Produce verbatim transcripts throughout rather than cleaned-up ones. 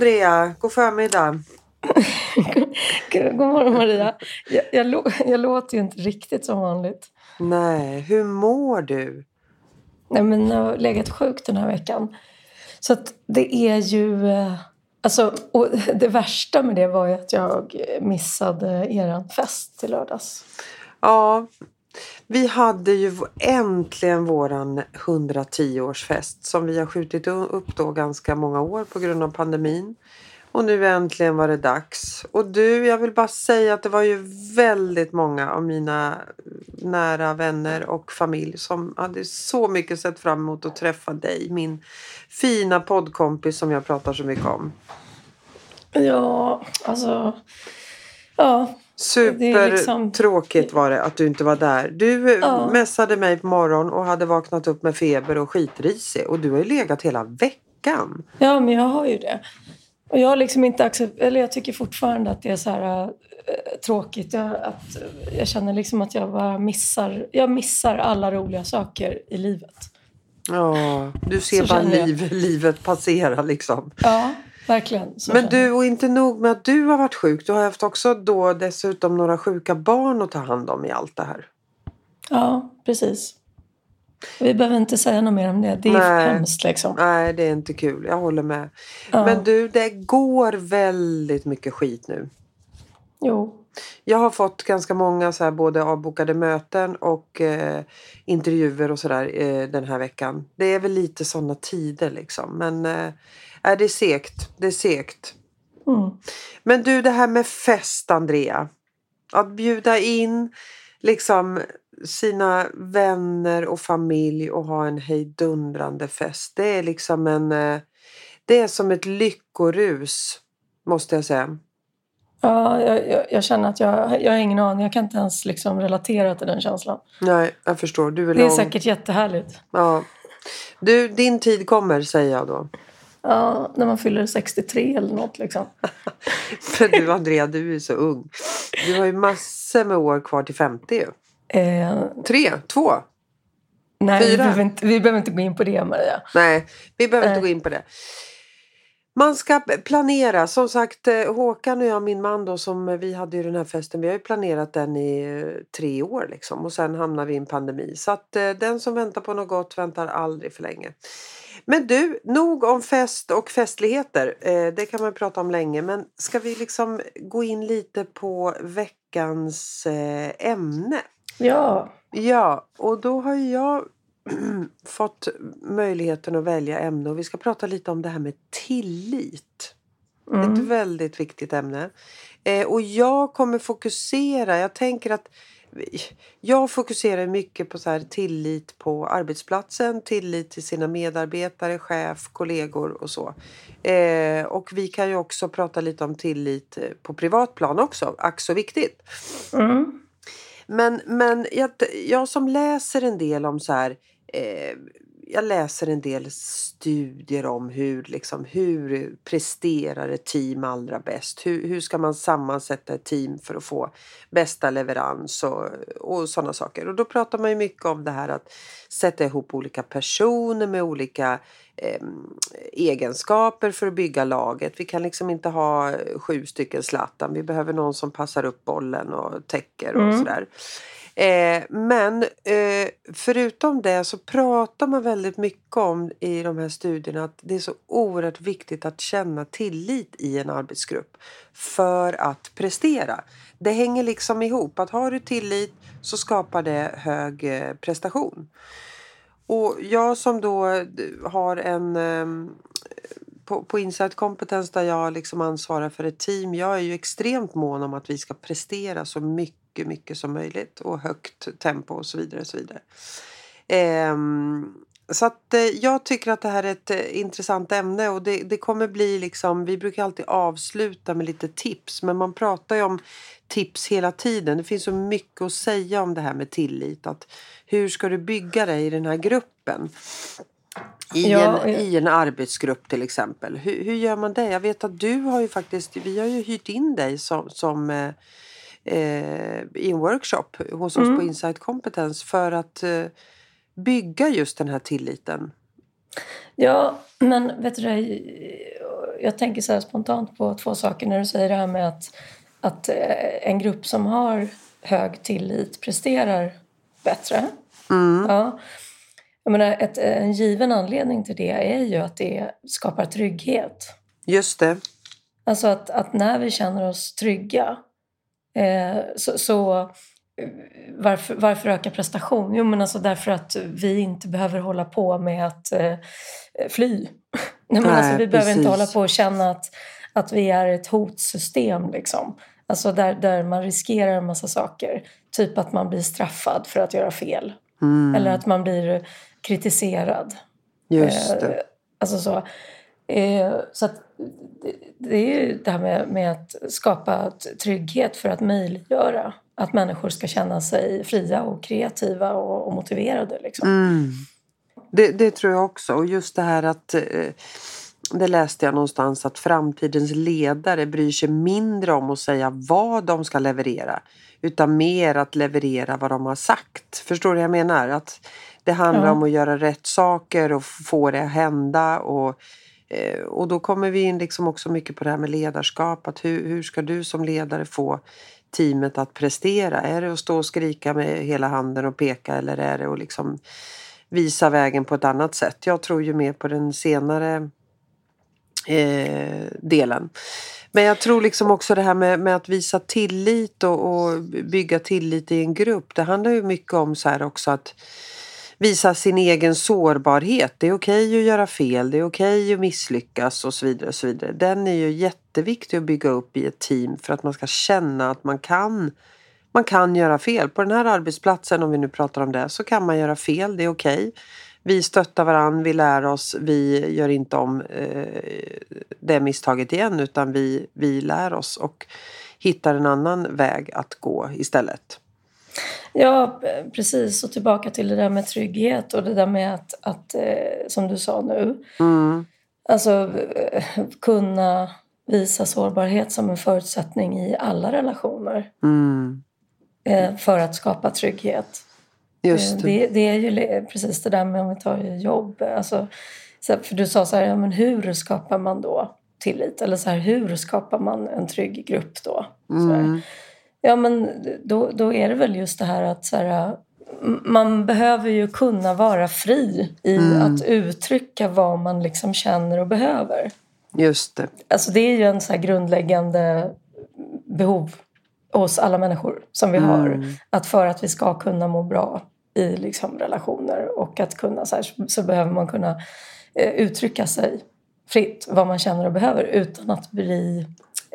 Andrea, god förmiddag. God morgon Maria. Jag, jag, jag låter ju inte riktigt som vanligt. Nej, hur mår du? Nej, men jag har legat sjuk den här veckan. Så att det är ju... Alltså, och det värsta med det var ju att jag missade eran fest till lördags. Ja, vi hade ju äntligen våran hundratio-årsfest som vi har skjutit upp då ganska många år på grund av pandemin. Och nu äntligen var det dags. Och du, jag vill bara säga att det var ju väldigt många av mina nära vänner och familj som hade så mycket sett fram emot att träffa dig. Min fina poddkompis som jag pratar så mycket om. Ja, alltså... Ja. Super liksom... tråkigt var det att du inte var där. Du ja. messade mig på morgon och hade vaknat upp med feber och skitrisig. Och du har ju legat hela veckan. Ja, men jag har ju det. Och jag har liksom inte accept- eller jag tycker fortfarande att det är så här äh, tråkigt. Jag, att, jag känner liksom att jag bara missar, jag missar alla roliga saker i livet. Ja, du ser så bara liv, livet passera liksom. Ja, verkligen. Men du, och inte nog med att du har varit sjuk. Du har haft också då dessutom några sjuka barn att ta hand om i allt det här. Ja, precis. Vi behöver inte säga något mer om det. Det är Nej, hemskt liksom. Nej, det är inte kul. Jag håller med. Ja. Men du, det går väldigt mycket skit nu. Jo. Jag har fått ganska många så här, både avbokade möten och eh, intervjuer och sådär eh, den här veckan. Det är väl lite sådana tider liksom. Men eh, är det segt. Det är segt. Mm. Men du, det här med fest, Andrea. Att bjuda in liksom sina vänner och familj och ha en hejdundrande fest. Det är liksom en... Eh, det är som ett lyckorus, måste jag säga. Ja, jag, jag, jag känner att jag, jag har ingen aning. Jag kan inte ens liksom relatera till den känslan. Nej, jag förstår. Du är det är lång... säkert jättehärligt. Ja. Du, din tid kommer, säger jag då. Ja, när man fyller sextiotre eller något liksom. Men du, Andrea, du är så ung. Du har ju massor med år kvar till femtio ju. Eh... Tre, två. Nej, fyra. Vi, behöver inte, vi behöver inte gå in på det, Maria. Nej, vi behöver Nej. inte gå in på det. Man ska planera. Som sagt, Håkan och jag, min man då, som vi hade ju den här festen. Vi har ju planerat den i tre år liksom. Och sen hamnar vi i en pandemi. Så att eh, den som väntar på något gott väntar aldrig för länge. Men du, nog om fest och festligheter. Eh, det kan man prata om länge. Men ska vi liksom gå in lite på veckans eh, ämne? Ja. Ja, och då har jag fått möjligheten att välja ämne. Och vi ska prata lite om det här med tillit. Mm. Ett väldigt viktigt ämne. Eh, och jag kommer fokusera, jag tänker att jag fokuserar mycket på så här tillit på arbetsplatsen, tillit till sina medarbetare, chef, kollegor och så. Eh, och vi kan ju också prata lite om tillit på privatplan också, ack så viktigt. Mm. Men, men jag, jag som läser en del om så här, eh, jag läser en del studier om hur, liksom, hur presterar ett team allra bäst. Hur, hur ska man sammansätta ett team för att få bästa leverans och, och sådana saker. Och då pratar man ju mycket om det här att sätta ihop olika personer med olika eh, egenskaper för att bygga laget. Vi kan liksom inte ha sju stycken Zlatan. Vi behöver någon som passar upp bollen och täcker och mm. sådär. Eh, men eh, förutom det så pratar man väldigt mycket om i de här studierna att det är så oerhört viktigt att känna tillit i en arbetsgrupp för att prestera. Det hänger liksom ihop. Att har du tillit så skapar det hög eh, prestation. Och jag som då har en... Eh, På, på Insight Competence där jag liksom ansvarar för ett team. Jag är ju extremt mån om att vi ska prestera så mycket, mycket som möjligt. Och högt tempo och så vidare. Och så vidare. Ehm, så att eh, jag tycker att det här är ett eh, intressant ämne. Och det, det kommer bli liksom, vi brukar alltid avsluta med lite tips. Men man pratar ju om tips hela tiden. Det finns så mycket att säga om det här med tillit. Att hur ska du bygga dig i den här gruppen? I, ja, en, I en arbetsgrupp till exempel. Hur, hur gör man det? Jag vet att du har ju faktiskt, vi har ju hyrt in dig som, som eh, i en workshop hos oss mm. på Insight Competence för att eh, bygga just den här tilliten. Ja, men vet du, jag tänker så här spontant på två saker när du säger det här med att, att en grupp som har hög tillit presterar bättre. Mm. Ja. Jag menar, ett, en given anledning till det är ju att det skapar trygghet. Just det. Alltså att, att när vi känner oss trygga eh, så, så varför, varför öka prestation? Jo, men alltså därför att vi inte behöver hålla på med att eh, fly. Nej, men Nej, alltså, vi behöver precis. inte hålla på och känna att, att vi är ett hotsystem liksom. Alltså där, där man riskerar en massa saker. Typ att man blir straffad för att göra fel. Mm. Eller att man blir kritiserad. Just det. Eh, alltså så. Eh, så att det, det är ju det här med, med att skapa trygghet för att möjliggöra att människor ska känna sig fria och kreativa och, och motiverade. Liksom. Mm. Det, det tror jag också. Och just det här att, eh, det läste jag någonstans, att framtidens ledare bryr sig mindre om att säga vad de ska leverera. Utan mer att leverera vad de har sagt. Förstår du vad jag menar? Att det handlar Ja. om att göra rätt saker och få det att hända. Och, eh, och då kommer vi in liksom också mycket på det här med ledarskap. Att hur, hur ska du som ledare få teamet att prestera? Är det att stå och skrika med hela handen och peka, eller är det att liksom visa vägen på ett annat sätt? Jag tror ju mer på den senare eh, delen. Men jag tror liksom också det här med, med att visa tillit och, och bygga tillit i en grupp. Det handlar ju mycket om så här också att visa sin egen sårbarhet. Det är okej att göra fel, det är okej att misslyckas och så vidare och så vidare. Den är ju jätteviktig att bygga upp i ett team för att man ska känna att man kan, man kan göra fel. På den här arbetsplatsen, om vi nu pratar om det, så kan man göra fel, det är okej. Vi stöttar varann, vi lär oss, vi gör inte om eh, det misstaget igen, utan vi, vi lär oss och hittar en annan väg att gå istället. Ja, precis. Och tillbaka till det där med trygghet och det där med att, att eh, som du sa nu, Mm. alltså eh, kunna visa sårbarhet som en förutsättning i alla relationer Mm. eh, för att skapa trygghet. Just det. Det, det är ju precis det där med om vi tar jobb. Alltså, så, för du sa så här, ja, men hur skapar man då tillit? Eller så här, hur skapar man en trygg grupp då? Mm. Så här. Ja, men då, då är det väl just det här att så här, man behöver ju kunna vara fri i Mm. att uttrycka vad man liksom känner och behöver. Just det. Alltså det är ju en så här grundläggande behov hos alla människor som vi Mm. har. Att för att vi ska kunna må bra i liksom relationer och att kunna så, här, så behöver man kunna eh, uttrycka sig fritt vad man känner och behöver utan att bli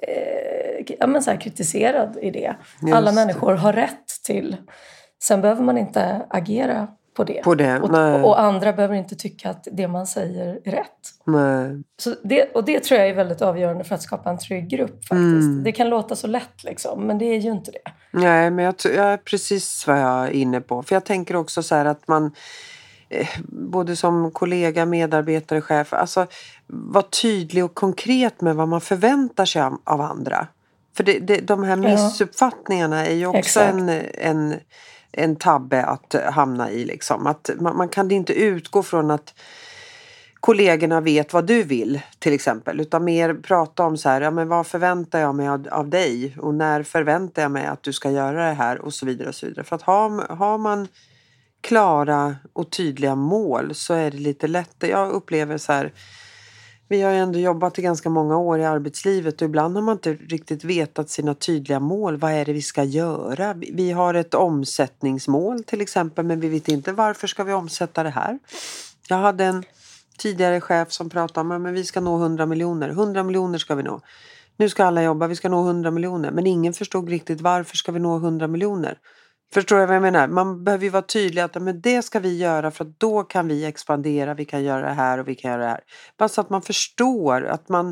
eh, ja, men så här, kritiserad i det. Just Alla det. människor har rätt till. Sen behöver man inte agera på det. På det, och, nej. och andra behöver inte tycka att det man säger är rätt. Nej. Så det, och det tror jag är väldigt avgörande för att skapa en trygg grupp faktiskt. Mm. Det kan låta så lätt liksom, men det är ju inte det. Nej, men jag, t- jag är precis vad jag är inne på. För jag tänker också så här att man eh, både som kollega, medarbetare, chef, alltså vara tydlig och konkret med vad man förväntar sig av, av andra. För det, det, de här missuppfattningarna är ju också en, en, en tabbe att hamna i. Liksom. Att man, man kan inte utgå från att kollegorna vet vad du vill till exempel. Utan mer prata om så här, ja, men vad förväntar jag mig av, av dig? Och när förväntar jag mig att du ska göra det här? Och så vidare och så vidare. För att har, har man klara och tydliga mål så är det lite lättare. Jag upplever så här, vi har ju ändå jobbat i ganska många år i arbetslivet och ibland har man inte riktigt vetat sina tydliga mål. Vad är det vi ska göra? Vi har ett omsättningsmål till exempel, men vi vet inte varför ska vi omsätta det här. Jag hade en tidigare chef som pratade om att vi ska nå hundra miljoner. hundra miljoner ska vi nå. Nu ska alla jobba, vi ska nå hundra miljoner. Men ingen förstod riktigt varför ska vi nå hundra miljoner. Förstår jag vad jag menar? Man behöver ju vara tydlig att men det ska vi göra för att då kan vi expandera, vi kan göra det här och vi kan göra det här. Bara så att man förstår, att man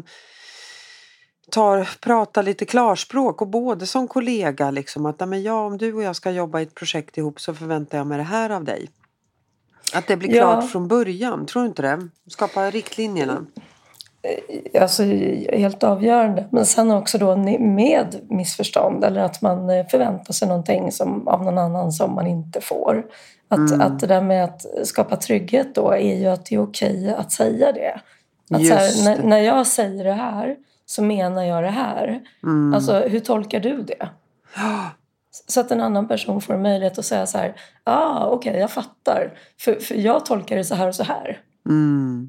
tar, pratar lite klarspråk och både som kollega liksom att men ja, om du och jag ska jobba i ett projekt ihop så förväntar jag mig det här av dig. Att det blir Ja. klart från början, tror du inte det? Skapa riktlinjerna. Alltså helt avgörande. Men sen också då med missförstånd eller att man förväntar sig någonting som, av någon annan som man inte får. Att, Mm. att det där med att skapa trygghet då är ju att det är okej att säga det. Att så här, Just när, det. när jag säger det här så menar jag det här. Mm. Alltså hur tolkar du det? Så att en annan person får en möjlighet att säga så här, ja ah, okej okay, jag fattar. För, för jag tolkar det så här och så här. Mm.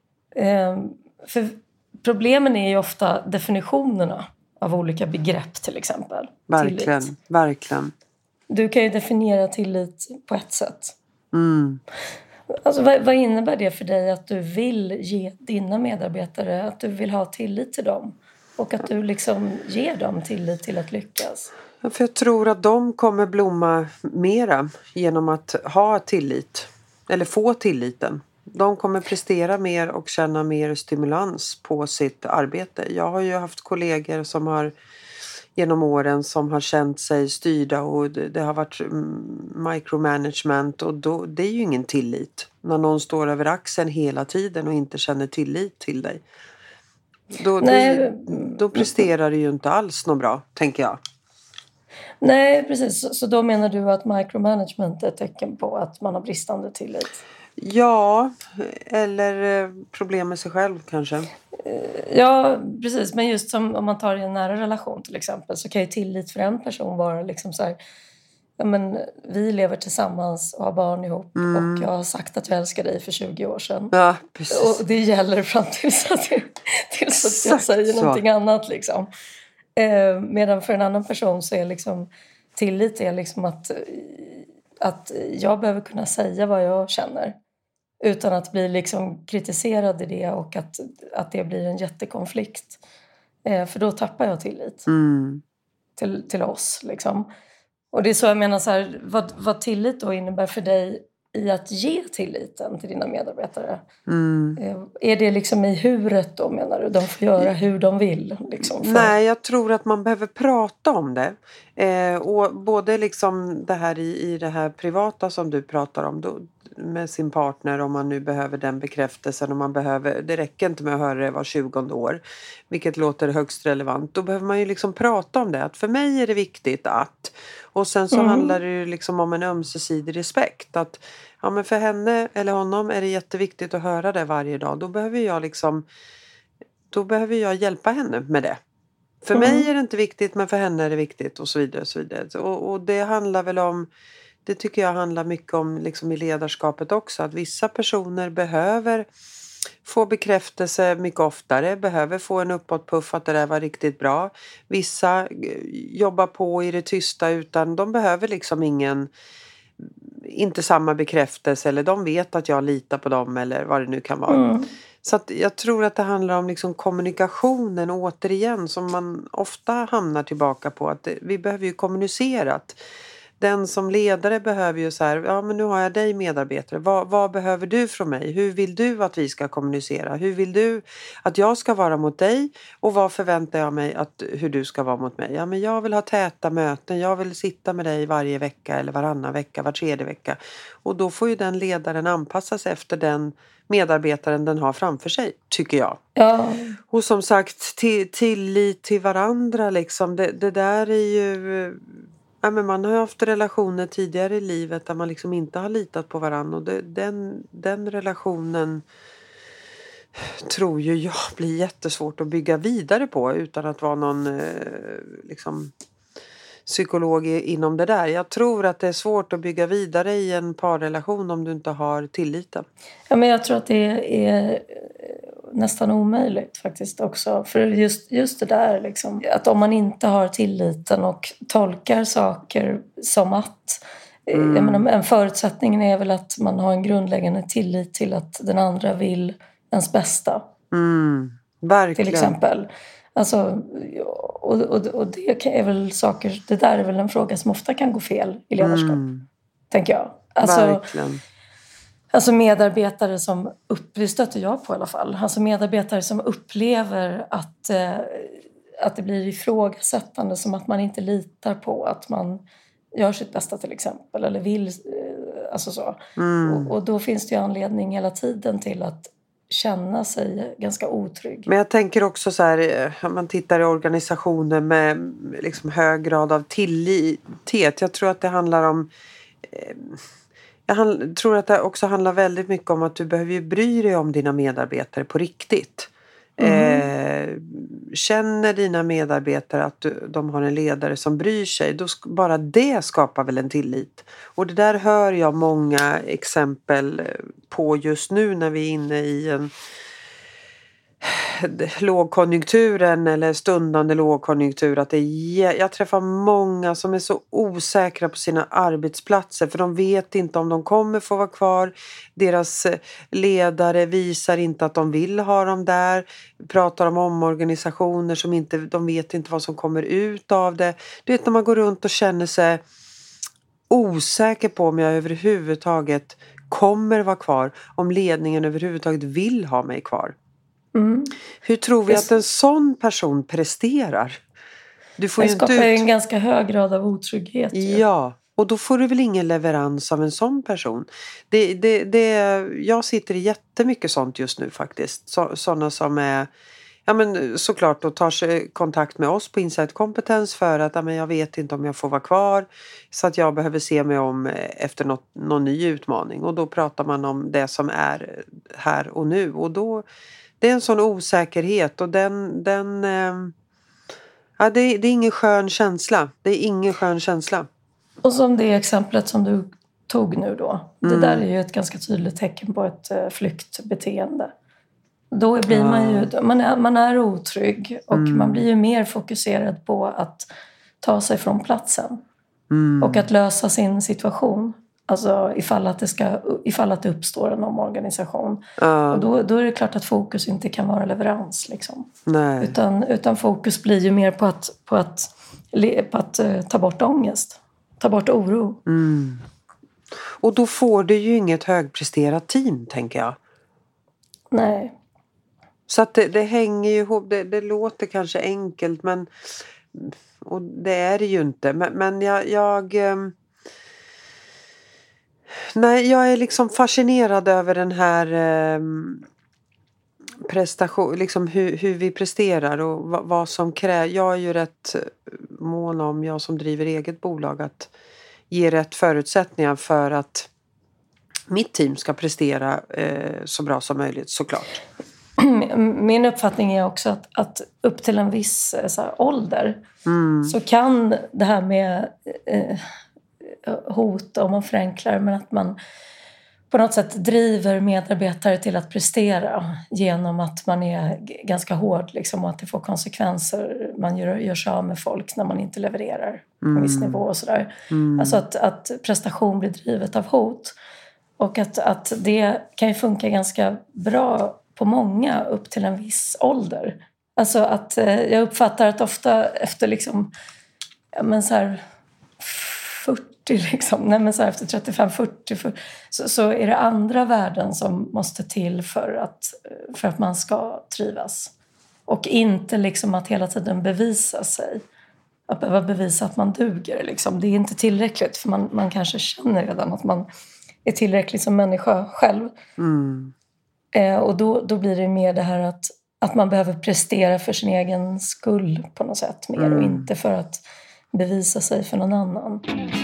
Eh, för problemen är ju ofta definitionerna av olika begrepp till exempel. Verkligen, tillit. verkligen. Du kan ju definiera tillit på ett sätt. Mm. Alltså, vad, vad innebär det för dig att du vill ge dina medarbetare, att du vill ha tillit till dem? Och att du liksom ger dem tillit till att lyckas? Ja, för jag tror att de kommer blomma mera genom att ha tillit. Eller få tilliten. De kommer prestera mer och känna mer stimulans på sitt arbete. Jag har ju haft kollegor som har genom åren som har känt sig styrda och det, det har varit micromanagement och då, det är ju ingen tillit. När någon står över axeln hela tiden och inte känner tillit till dig. Då, det, då presterar det ju inte alls något bra, tänker jag. Nej, precis. Så, så då menar du att micromanagement är ett tecken på att man har bristande tillit? Ja, eller problem med sig själv kanske. Ja, precis. Men just som om man tar i en nära relation till exempel så kan ju tillit för en person vara liksom så här, ja men vi lever tillsammans och har barn ihop mm. och jag har sagt att jag älskar dig för tjugo år sedan. Ja, precis. Och det gäller fram tills att, tills att jag säger så. Någonting annat liksom. Eh, medan för en annan person så är liksom tillit är liksom att, att jag behöver kunna säga vad jag känner. Utan att bli liksom kritiserad i det och att, att det blir en jättekonflikt. Eh, för då tappar jag tillit mm. till, till oss. Liksom. Och det är så jag menar, så här, vad, vad tillit då innebär för dig i att ge tilliten till dina medarbetare? Mm. Eh, är det liksom i huret då menar du? De får göra hur de vill? Liksom, för... Nej, jag tror att man behöver prata om det. Eh, och både liksom det här i, i det här privata som du pratar om då, med sin partner, om man nu behöver den bekräftelsen och man behöver, det räcker inte med att höra det var tjugonde år, vilket låter högst relevant. Då behöver man ju liksom prata om det, att för mig är det viktigt att, och sen så mm. handlar det ju liksom om en ömsesidig respekt, att ja men för henne eller honom är det jätteviktigt att höra det varje dag, då behöver jag liksom då behöver jag hjälpa henne med det. För mm. mig är det inte viktigt, men för henne är det viktigt och så vidare och så vidare. Och, och det handlar väl om, det tycker jag handlar mycket om liksom i ledarskapet också, att vissa personer behöver få bekräftelse mycket oftare, behöver få en uppåtpuff att det där var riktigt bra. Vissa jobbar på i det tysta utan de behöver liksom ingen, inte samma bekräftelse, eller de vet att jag litar på dem eller vad det nu kan vara. Mm. Så att jag tror att det handlar om liksom kommunikationen återigen som man ofta hamnar tillbaka på, att det, vi behöver ju kommunicera. Den som ledare behöver ju så här, ja men nu har jag dig medarbetare, vad, vad behöver du från mig? Hur vill du att vi ska kommunicera? Hur vill du att jag ska vara mot dig? Och vad förväntar jag mig att hur du ska vara mot mig? Ja men jag vill ha täta möten, jag vill sitta med dig varje vecka eller varannan vecka, var tredje vecka. Och då får ju den ledaren anpassa sig efter den medarbetaren den har framför sig, tycker jag. Ja. Och som sagt, till, tillit till varandra liksom, det, det där är ju... Ja, men man har ju haft relationer tidigare i livet där man liksom inte har litat på varandra. Och det, den, den relationen tror ju jag blir jättesvårt att bygga vidare på utan att vara någon eh, liksom, psykolog inom det där. Jag tror att det är svårt att bygga vidare i en parrelation om du inte har tilliten. Ja, men jag tror att det är nästan omöjligt faktiskt också. För just, just det där liksom, att om man inte har tilliten och tolkar saker som att mm. jag menar, en förutsättning är väl att man har en grundläggande tillit till att den andra vill ens bästa. Mm. Verkligen. Till exempel. Alltså, och, och, och det är väl saker, det där är väl en fråga som ofta kan gå fel i ledarskap. Mm. Tänker jag. Alltså, verkligen. Alltså medarbetare som, upp, det stöter jag på i alla fall, alltså medarbetare som upplever att, eh, att det blir ifrågasättande, som att man inte litar på att man gör sitt bästa till exempel, eller vill, eh, alltså så. Mm. Och, och då finns det ju anledning hela tiden till att känna sig ganska otrygg. Men jag tänker också så här, om man tittar i organisationer med liksom hög grad av tillit, jag tror att det handlar om... Eh, Jag han, tror att det också handlar väldigt mycket om att du behöver ju bry dig om dina medarbetare på riktigt. Mm. Eh, känner dina medarbetare att du, de har en ledare som bryr sig, då sk- bara det skapar väl en tillit. Och det där hör jag många exempel på just nu när vi är inne i en lågkonjunkturen eller stundande lågkonjunktur, att det är, jä- jag träffar många som är så osäkra på sina arbetsplatser för de vet inte om de kommer få vara kvar. Deras eh, ledare visar inte att de vill ha dem där, pratar om omorganisationer som inte, de vet inte vad som kommer ut av det. Du vet, när man går runt och känner sig osäker på om jag överhuvudtaget kommer vara kvar, om ledningen överhuvudtaget vill ha mig kvar. Mm. Hur tror vi Det- att en sån person presterar? Du får Det ju inte skapar ju ut... en ganska hög grad av otrygghet. ju. Ja, och då får du väl ingen leverans av en sån person. Det, det, det, jag sitter i jättemycket sånt just nu faktiskt. Så, sådana som är, ja men såklart då tar sig kontakt med oss på Insight Kompetens för att ja, men jag vet inte om jag får vara kvar. Så att jag behöver se mig om efter något, någon ny utmaning. Och då pratar man om det som är här och nu. Och då, det är en sån osäkerhet och den... den eh, ja, det, är- det är ingen skön känsla. Det är ingen skön känsla. Och som det exemplet som du tog nu då. Det Mm. där är ju ett ganska tydligt tecken på ett eh, flyktbeteende. Då blir man ju, man är, man är otrygg och Mm. man blir ju mer fokuserad på att ta sig från platsen. Mm. Och att lösa sin situation. Alltså ifall att det, ska, ifall att det uppstår en omorganisation. Ja, Och då, då är det klart att fokus inte kan vara leverans. Liksom. nej. Utan, utan fokus blir ju mer på att, på att, le- på att eh, ta bort ångest. Ta bort oro. Mm. Och då får du ju inget högpresterat team, tänker jag. Nej. Så att det, det hänger ju ihop. Det, det låter kanske enkelt, men... Och det är det ju inte. Men, men jag... jag ehm, nej, jag är liksom fascinerad över den här... ehm, prestation, liksom hur, hur vi presterar och vad, vad som krävs. Jag är ju rätt mån om, jag som driver eget bolag, att ge rätt förutsättningar för att mitt team ska prestera eh, så bra som möjligt, såklart. Min uppfattning är också att, att upp till en viss eh, så här, ålder Mm. så kan det här med eh, hot, om man förenklar, men att man på något sätt driver medarbetare till att prestera genom att man är g- ganska hård liksom, och att det får konsekvenser. Man gör, gör sig av med folk när man inte levererar på en viss nivå och sådär. Mm. Alltså att, att prestation blir drivet av hot. Och att, att det kan ju funka ganska bra på många upp till en viss ålder. Alltså att eh, jag uppfattar att ofta efter liksom, ja men så här fyrtio liksom, nej men så här efter trettiofem fyrtio för, så, så är det andra värden som måste till för att, för att man ska trivas. Och inte liksom att hela tiden bevisa sig. Att behöva bevisa att man duger liksom. Det är inte tillräckligt för man, man kanske känner redan att man är tillräcklig som människa själv. Mm. Eh, och då, då blir det mer det här att, att man behöver prestera för sin egen skull på något sätt mer. Mm. Och inte för att bevisa sig för någon annan.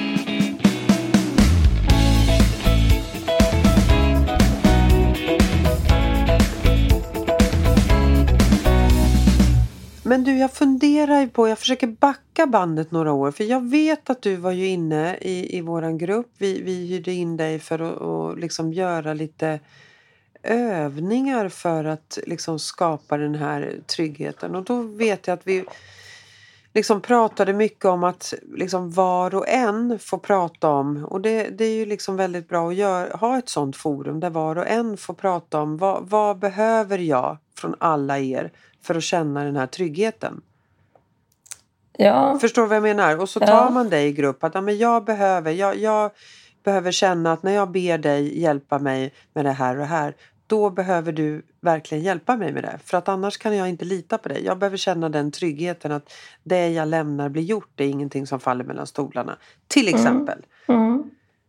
Men du, jag funderar ju på, jag försöker backa bandet några år. För jag vet att du var ju inne i, i våran grupp. Vi, vi hyrde in dig för att och liksom göra lite övningar för att liksom skapa den här tryggheten. Och då vet jag att vi liksom pratade mycket om att liksom var och en får prata om. Och det, det är ju liksom väldigt bra att göra, ha ett sånt forum där var och en får prata om vad, vad behöver jag från alla er för att känna den här tryggheten. Ja, Förstår du vad jag menar? Och så tar Ja. man dig i grupp att ja, men jag behöver, jag, jag behöver känna att när jag ber dig hjälpa mig med det här och det här, då behöver du verkligen hjälpa mig med det. För att annars kan jag inte lita på dig. Jag behöver känna den tryggheten att det jag lämnar blir gjort. Det är ingenting som faller mellan stolarna. Till exempel. mm.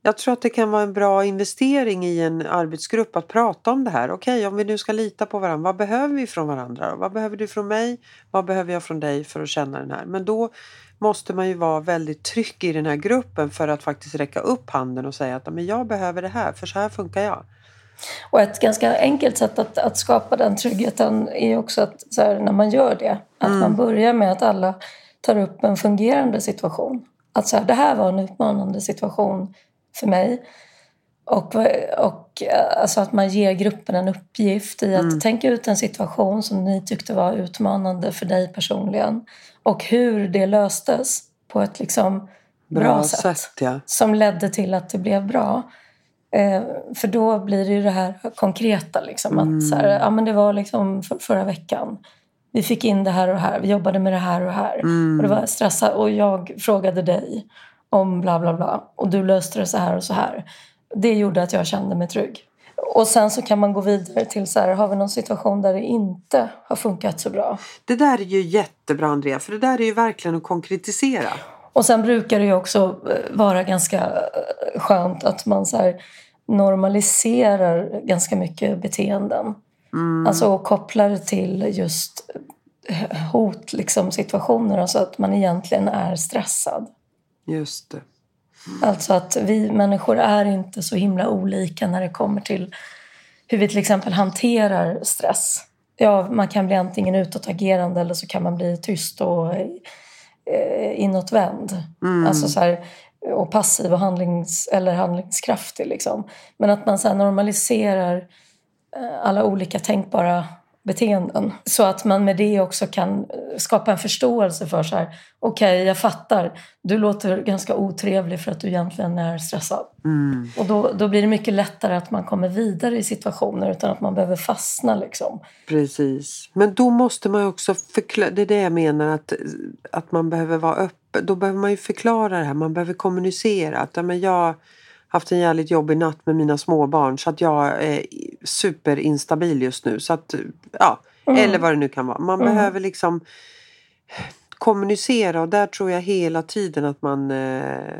Jag tror att det kan vara en bra investering i en arbetsgrupp att prata om det här. Okej, om vi nu ska lita på varandra, vad behöver vi från varandra då? Vad behöver du från mig? Vad behöver jag från dig för att känna den här? Men då måste man ju vara väldigt trygg i den här gruppen för att faktiskt räcka upp handen och säga att men jag behöver det här, för så här funkar jag. Och ett ganska enkelt sätt att, att skapa den tryggheten är också att så här, när man gör det, att mm. man börjar med att alla tar upp en fungerande situation. Att så här, det här var en utmanande situation för mig. Och, och alltså att man ger gruppen en uppgift i att mm. tänka ut en situation som ni tyckte var utmanande för dig personligen. Och hur det löstes på ett liksom bra, bra sätt. sätt ja. Som ledde till att det blev bra. Eh, för då blir det ju det här konkreta. Liksom, mm. att så här, ja, men det var liksom för, förra veckan. Vi fick in det här och här. Vi jobbade med det här och här. Mm. Och det var stressat. Och jag frågade dig om bla bla bla. Och du löste det så här och så här. Det gjorde att jag kände mig trygg. Och sen så kan man gå vidare till så här, har vi någon situation där det inte har funkat så bra? Det där är ju jättebra, Andrea, för det där är ju verkligen att konkretisera. Och sen brukar det ju också vara ganska skönt att man så här normaliserar ganska mycket beteenden. Mm. Alltså kopplar till just hot liksom, situationer, alltså att man egentligen är stressad. Just det. Alltså att vi människor är inte så himla olika när det kommer till hur vi till exempel hanterar stress. Ja, man kan bli antingen utåtagerande eller så kan man bli tyst och eh, inåtvänd. Mm. Alltså så här, och passiv och handlings, eller handlingskraftig liksom. Men att man så här normaliserar eh, alla olika tänkbara beteenden. Så att man med det också kan skapa en förståelse för så här, okej, okay, jag fattar. Du låter ganska otrevlig för att du egentligen är stressad. Mm. Och då, då blir det mycket lättare att man kommer vidare i situationer utan att man behöver fastna liksom. Precis. Men då måste man ju också förklara, det är det jag menar, att, att man behöver vara öppen. Då behöver man ju förklara det här. Man behöver kommunicera. Att, ja, men jag haft en jävligt jobbig natt med mina småbarn så att jag är superinstabil just nu. Så att, ja, mm. eller vad det nu kan vara. Man mm. behöver liksom kommunicera, och där tror jag hela tiden att man eh,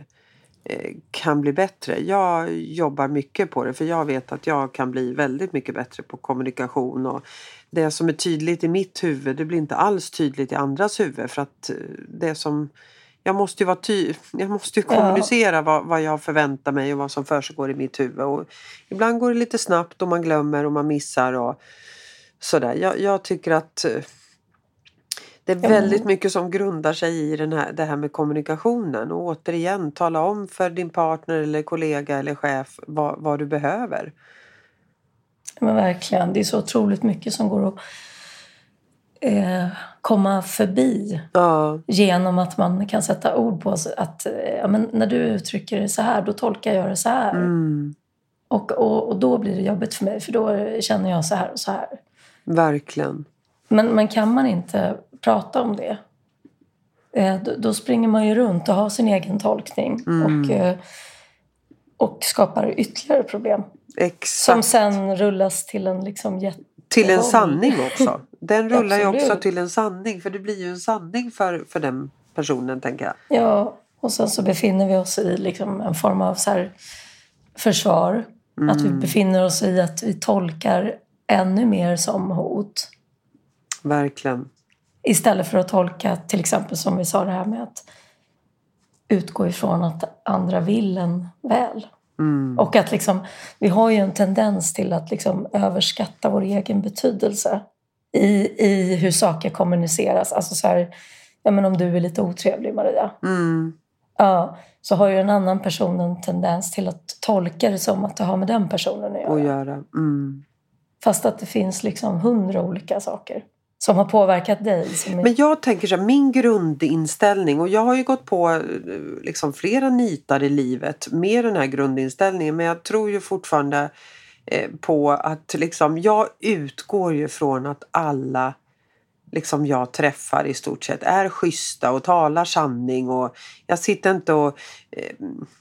kan bli bättre. Jag jobbar mycket på det, för jag vet att jag kan bli väldigt mycket bättre på kommunikation, och det som är tydligt i mitt huvud, det blir inte alls tydligt i andras huvud, för att det som Jag måste ju, vara ty- jag måste ju kommunicera ja. vad, vad jag förväntar mig och vad som försiggår i mitt huvud. Och ibland går det lite snabbt och man glömmer och man missar och sådär. Jag, jag tycker att det är väldigt mycket som grundar sig i den här, det här med kommunikationen. Och återigen, tala om för din partner eller kollega eller chef vad, vad du behöver. Men verkligen, det är så otroligt mycket som går att Eh, komma förbi ja. Genom att man kan sätta ord på att ja, men när du uttrycker det så här, då tolkar jag det så här. Mm. Och, och, och då blir det jobbigt för mig, för då känner jag så här och så här. Verkligen. Men, men kan man inte prata om det, eh, då, då springer man ju runt och har sin egen tolkning. Mm. Och, eh, och skapar ytterligare problem. Exakt. Som sen rullas till en liksom jätte Till en sanning också. Den rullar ju också till en sanning. För det blir ju en sanning för, för den personen, tänker jag. Ja, och sen så befinner vi oss i liksom en form av så här försvar. Mm. Att vi befinner oss i att vi tolkar ännu mer som hot. Verkligen. Istället för att tolka, till exempel som vi sa det här med att utgå ifrån att andra vill en väl. Mm. Och att liksom, vi har ju en tendens till att liksom överskatta vår egen betydelse i, i hur saker kommuniceras. Alltså så här, ja, men om du är lite otrevlig, Maria. Mm. Ja, så har ju en annan person en tendens till att tolka det som att det har med den personen att göra. Och göra. Mm. Fast att det finns liksom hundra olika saker som har påverkat dig. Som är... Men jag tänker så här, min grundinställning, och jag har ju gått på liksom flera nitar i livet med den här grundinställningen, men jag tror ju fortfarande eh, på att liksom, jag utgår ju från att alla liksom jag träffar i stort sett är schyssta och talar sanning, och jag sitter inte och eh,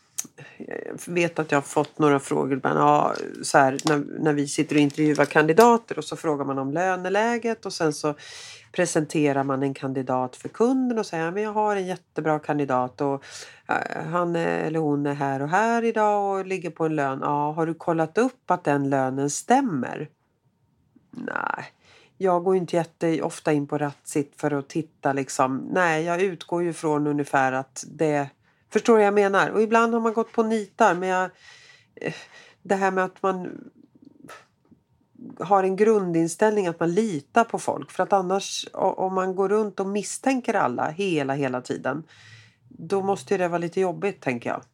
jag vet att jag har fått några frågor. Men, ja, så här, när, när vi sitter och intervjuar kandidater och så frågar man om löneläget och sen så presenterar man en kandidat för kunden och säger men jag har en jättebra kandidat och uh, han eller hon är här och här idag och ligger på en lön. Ja, har du kollat upp att den lönen stämmer? Nej, jag går inte jätteofta in på Ratsit för att titta liksom. Nej, jag utgår ju från ungefär att det, förstår jag menar. Och ibland har man gått på nitar, men jag, det här med att man har en grundinställning att man litar på folk. För att annars, om man går runt och misstänker alla hela, hela tiden, då måste det vara lite jobbigt, tänker jag.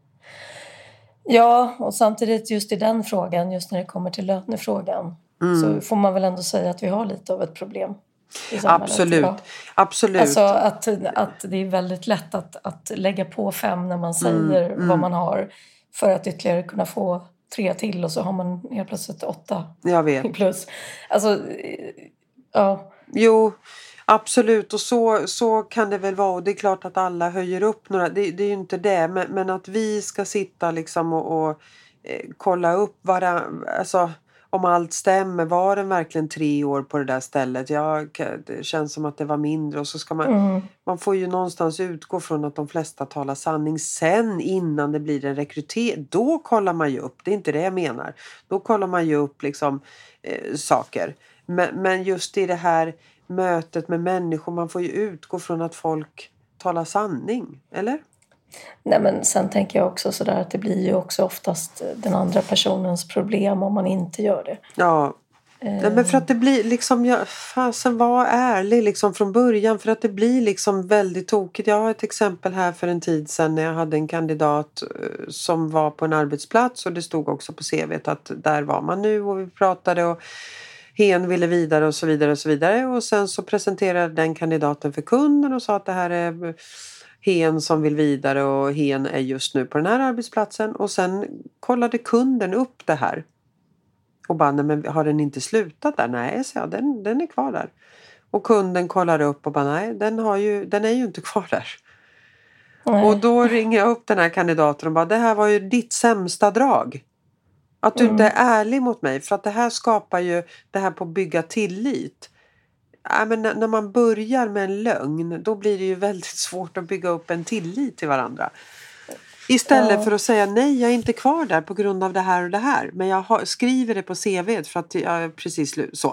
Ja, och samtidigt just i den frågan, just när det kommer till lönefrågan, mm. så får man väl ändå säga att vi har lite av ett problem i samhället. Absolut, absolut. Alltså att, att det är väldigt lätt att, att lägga på fem när man säger mm. vad man har, för att ytterligare kunna få tre till och så har man helt plötsligt åtta jag vet. plus. Alltså, ja. Jo, absolut. Och så, så kan det väl vara. Och det är klart att alla höjer upp några. Det, det är ju inte det. Men, men att vi ska sitta liksom och, och eh, kolla upp varandra. Alltså, om allt stämmer. Var det verkligen tre år på det där stället? Ja, det känns som att det var mindre. Och så ska man, mm. man får ju någonstans utgå från att de flesta talar sanning. Sen innan det blir en rekrytering. Då kollar man ju upp. Det är inte det jag menar. Då kollar man ju upp liksom eh, saker. Men, men just i det här mötet med människor. Man får ju utgå från att folk talar sanning. Eller? Nej, men sen tänker jag också sådär att det blir ju också oftast den andra personens problem om man inte gör det. Ja, eh. Nej, men för att det blir liksom, jag, fasen var ärlig liksom från början, för att det blir liksom väldigt tokigt. Jag har ett exempel här för en tid sedan när jag hade en kandidat som var på en arbetsplats och det stod också på C V:t att där var man nu och vi pratade och hen ville vidare och så vidare och så vidare och sen så presenterade den kandidaten för kunden och sa att det här är hen som vill vidare och hen är just nu på den här arbetsplatsen. Och sen kollade kunden upp det här. Och bara, nej, men har den inte slutat där? Nej, så ja, den, den är kvar där. Och kunden kollar upp och bara, nej, den, har ju, den är ju inte kvar där. Nej. Och då ringer jag upp den här kandidaten och bara, det här var ju ditt sämsta drag. Att du mm. inte är ärlig mot mig. För att det här skapar ju det här på att bygga tillit. Ja, men när man börjar med en lögn, då blir det ju väldigt svårt att bygga upp en tillit till varandra. Istället ja. för att säga nej, jag är inte kvar där på grund av det här och det här. Men jag har, skriver det på C V:t för att jag är precis så.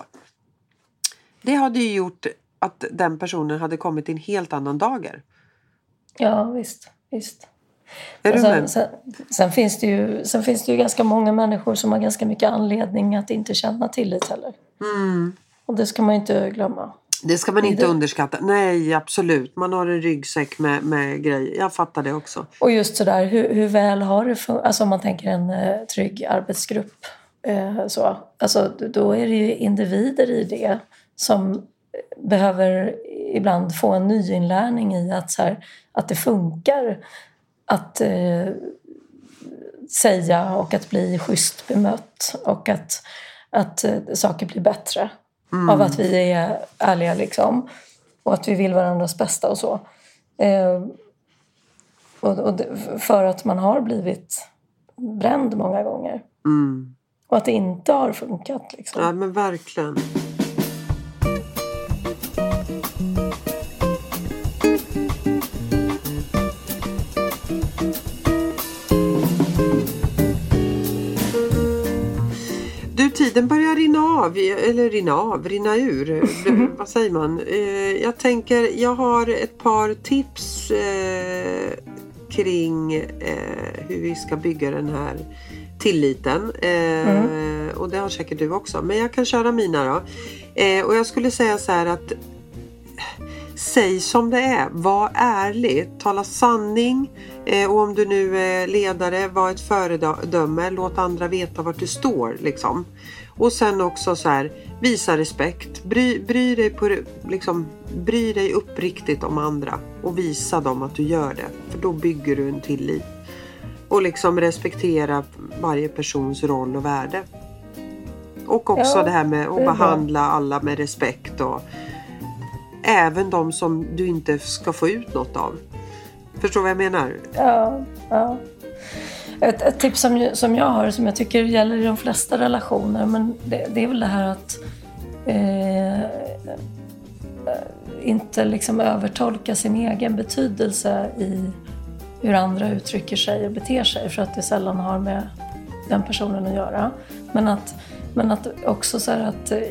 Det hade ju gjort att den personen hade kommit i en helt annan dager. Ja, visst. visst. Är du sen, sen, sen, finns det ju, sen finns det ju ganska många människor som har ganska mycket anledning att inte känna tillit heller. Mm. Och det ska man inte glömma. Det ska man inte det. underskatta. Nej, absolut. Man har en ryggsäck med, med grejer. Jag fattar det också. Och just sådär, hur, hur väl har det fungerat? Alltså om man tänker en eh, trygg arbetsgrupp. Eh, så. Alltså, då är det ju individer i det som behöver ibland få en nyinlärning i att, så här, att det funkar att eh, säga och att bli schysst bemött. Och att, att eh, saker blir bättre. Mm. Av att vi är ärliga liksom. Och att vi vill varandras bästa och så. Eh, och, och det, för att man har blivit bränd många gånger. Mm. Och att det inte har funkat liksom. Ja, men verkligen. Tiden börjar rinna av, eller rinna av, rinna ur. Mm. Vad säger man? Jag tänker, jag har ett par tips eh, kring eh, hur vi ska bygga den här tilliten. Eh, mm. Och det har säkert du också. Men jag kan köra mina då. Eh, och jag skulle säga så här att säg som det är. Var ärlig. Tala sanning. Eh, och om du nu är ledare, var ett föredöme. Låt andra veta vart du står. Liksom. Och sen också så här, visa respekt. Bry, bry, dig på, liksom, bry dig uppriktigt om andra. Och visa dem att du gör det. För då bygger du en tillit. Och liksom respektera varje persons roll och värde. Och också ja, det här med att behandla alla med respekt. Och även de som du inte ska få ut något av. Förstår vad jag menar? Ja, ja. Ett, ett tips som, som jag har, som jag tycker gäller i de flesta relationer, men det, det är väl det här att eh, inte liksom övertolka sin egen betydelse i hur andra uttrycker sig och beter sig, för att det sällan har med den personen att göra. Men att, men att också så här att eh,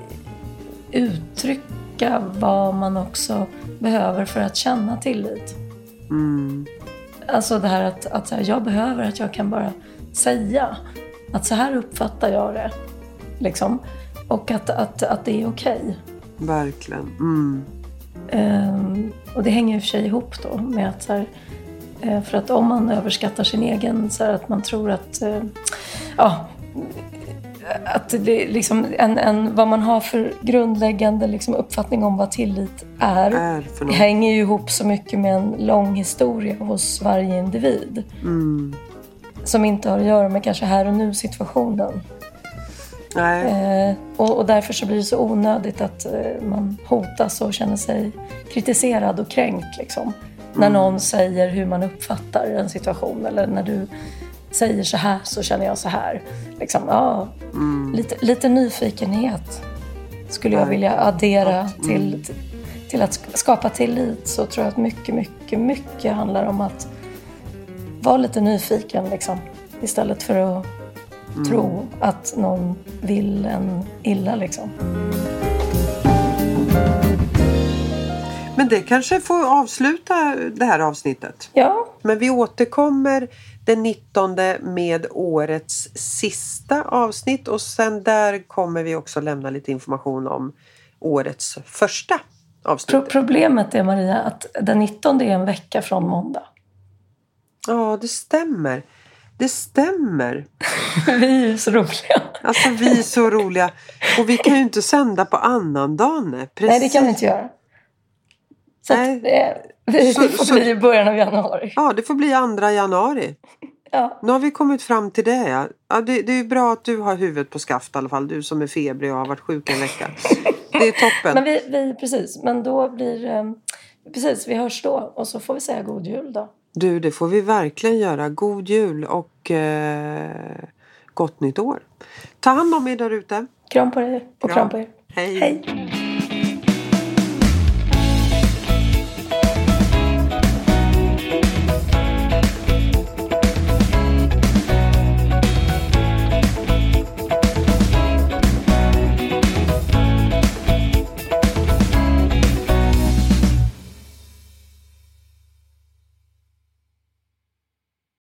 uttrycka vad man också behöver för att känna tillit. Mm. Alltså det här att, att så här, jag behöver att jag kan bara säga att så här uppfattar jag det. Liksom. Och att, att, att det är okej. Verkligen. Mm. Um, och det hänger ju för sig ihop då med att så här, uh, för att om man överskattar sin egen, så här, att man tror att uh, ja, att det liksom en, en, vad man har för grundläggande liksom uppfattning om vad tillit är, är hänger ju ihop så mycket med en lång historia hos varje individ. Mm. Som inte har att göra med kanske här och nu situationen. Nej. Eh, och, och därför så blir det så onödigt att eh, man hotas och känner sig kritiserad och kränkt liksom. Mm. När någon säger hur man uppfattar en situation, eller när du säger så här så känner jag så här. Liksom, ja, mm. lite, lite nyfikenhet skulle jag vilja addera mm. till, till att skapa tillit. Så tror jag att mycket, mycket, mycket handlar om att vara lite nyfiken liksom, istället för att mm. tro att någon vill en illa liksom. Men det kanske får avsluta det här avsnittet. Ja. Men vi återkommer den nittonde med årets sista avsnitt. Och sen där kommer vi också lämna lite information om årets första avsnitt. Pro- problemet är, Maria, att den nittonde är en vecka från måndag. Ja, det stämmer. Det stämmer. Vi är så roliga. Alltså vi är så roliga. Och vi kan ju inte sända på annandagen. Precis. Nej, det kan vi inte göra. Så att det, det så, får så, bli i början av januari. Ja, det får bli andra januari. Ja. Nu har vi kommit fram till det. Ja. Ja, det, det är bra att du har huvudet på skaft i alla fall. Du som är febrig och har varit sjuk en vecka. Det är toppen. Men vi, vi, precis. Men då blir... Um, precis, vi hörs då. Och så får vi säga god jul då. Du, det får vi verkligen göra. God jul och eh, gott nytt år. Ta hand om er där ute. Kram på dig och kram, kram på er. Hej. Hej.